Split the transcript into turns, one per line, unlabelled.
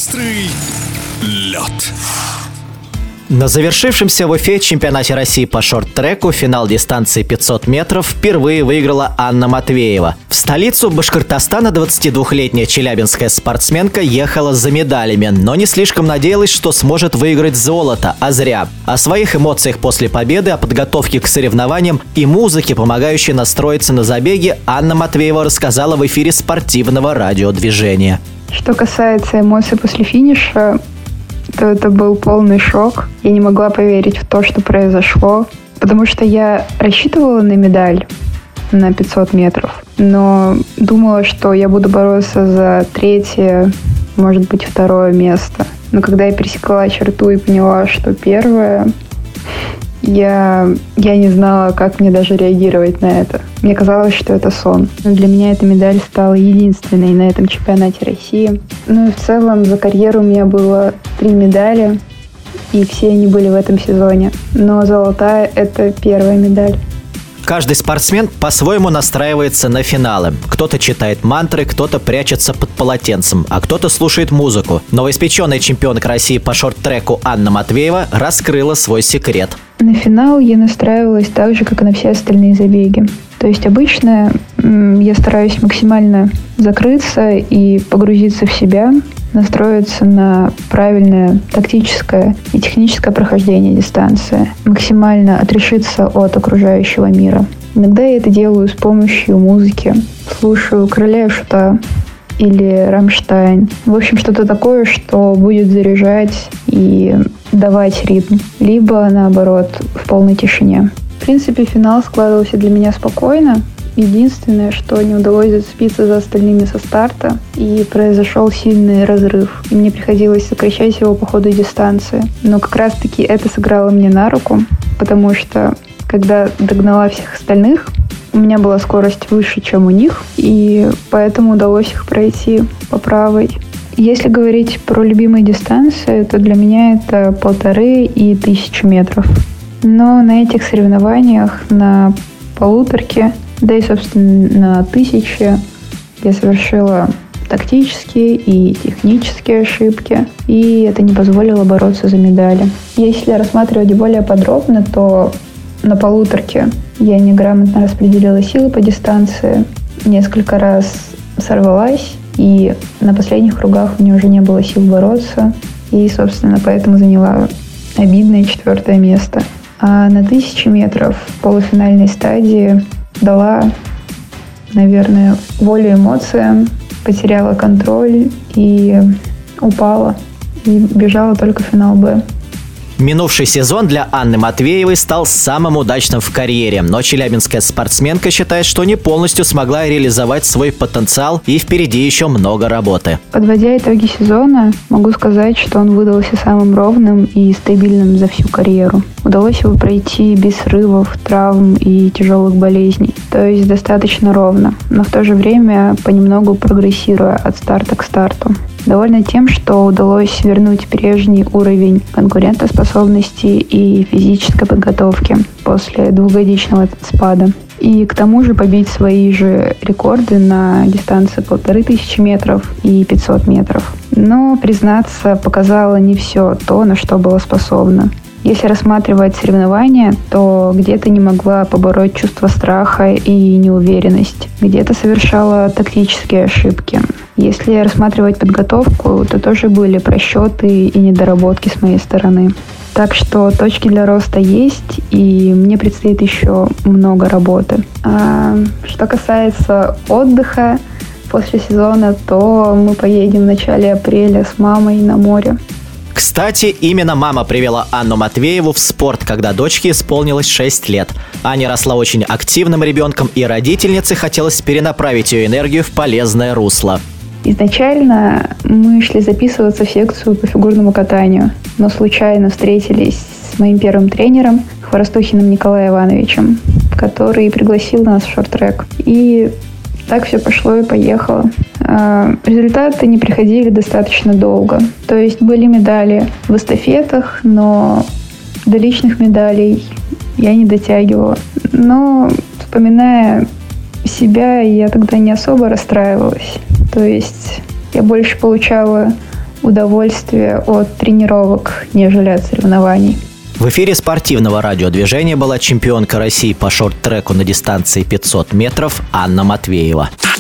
Острый лед.
На завершившемся в Уфе чемпионате России по шорт-треку финал дистанции 500 метров впервые выиграла Анна Матвеева. В столицу Башкортостана 22-летняя челябинская спортсменка ехала за медалями, но не слишком надеялась, что сможет выиграть золото, а зря. О своих эмоциях после победы, о подготовке к соревнованиям и музыке, помогающей настроиться на забеги, Анна Матвеева рассказала в эфире спортивного радиодвижения.
Что касается эмоций после финиша, то это был полный шок. Я не могла поверить в то, что произошло, потому что я рассчитывала на медаль на 500 метров, но думала, что я буду бороться за третье, может быть, второе место. Но когда я пересекла черту и поняла, что первое, я не знала, как мне даже реагировать на это. Мне казалось, что это сон. Но для меня эта медаль стала единственной на этом чемпионате России. Ну и в целом за карьеру у меня было 3 медали, и все они были в этом сезоне. Но золотая – это первая медаль.
Каждый спортсмен по-своему настраивается на финалы. Кто-то читает мантры, кто-то прячется под полотенцем, а кто-то слушает музыку. Новоиспеченная чемпионка России по шорт-треку Анна Матвеева раскрыла свой секрет.
На финал я настраивалась так же, как и на все остальные забеги. То есть обычно я стараюсь максимально закрыться и погрузиться в себя, настроиться на правильное тактическое и техническое прохождение дистанции, максимально отрешиться от окружающего мира. Иногда я это делаю с помощью музыки. Слушаю «Короля и Шута» или «Рамштайн». В общем, что-то такое, что будет заряжать и давать ритм. Либо, наоборот, в полной тишине. В принципе, финал складывался для меня спокойно. Единственное, что не удалось зацепиться за остальными со старта, и произошел сильный разрыв. И мне приходилось сокращать его по ходу дистанции. Но как раз-таки это сыграло мне на руку, потому что, когда догнала всех остальных, у меня была скорость выше, чем у них, и поэтому удалось их пройти по правой. Если говорить про любимые дистанции, то для меня это 1500 и 1000 метров. Но на этих соревнованиях, на 1500, да и, собственно, на 1000 я совершила тактические и технические ошибки, и это не позволило бороться за медали. Если рассматривать более подробно, то на 1500 я неграмотно распределила силы по дистанции, несколько раз сорвалась, и на последних кругах у меня уже не было сил бороться, и, собственно, поэтому заняла обидное 4 место. А на 1000 метров в полуфинальной стадии дала, наверное, волю эмоциям, потеряла контроль и упала, и бежала только финал «Б».
Минувший сезон для Анны Матвеевой стал самым удачным в карьере, но челябинская спортсменка считает, что не полностью смогла реализовать свой потенциал и впереди еще много работы.
Подводя итоги сезона, могу сказать, что он выдался самым ровным и стабильным за всю карьеру. Удалось его пройти без срывов, травм и тяжелых болезней, то есть достаточно ровно, но в то же время понемногу прогрессируя от старта к старту. Довольна тем, что удалось вернуть прежний уровень конкурентоспособности и физической подготовки после 2-годичного спада. И к тому же побить свои же рекорды на дистанции 1500 метров и 500 метров. Но, признаться, показала не все то, на что была способна. Если рассматривать соревнования, то где-то не могла побороть чувство страха и неуверенность, где-то совершала тактические ошибки. Если рассматривать подготовку, то тоже были просчеты и недоработки с моей стороны. Так что точки для роста есть, и мне предстоит еще много работы. Что касается отдыха после сезона, то мы поедем в начале апреля с мамой на море.
Кстати, именно мама привела Анну Матвееву в спорт, когда дочке исполнилось 6 лет. Аня росла очень активным ребенком, и родительнице хотелось перенаправить ее энергию в полезное русло.
Изначально мы шли записываться в секцию по фигурному катанию, но случайно встретились с моим первым тренером, Хворостухиным Николаем Ивановичем, который пригласил нас в шорт-трек. И так все пошло и поехало. Результаты не приходили достаточно долго. То есть были медали в эстафетах, но до личных медалей я не дотягивала. Но, вспоминая себя, я тогда не особо расстраивалась. То есть я больше получала удовольствие от тренировок, нежели от соревнований.
В эфире спортивного радиодвижения была чемпионка России по шорт-треку на дистанции 500 метров Анна Матвеева.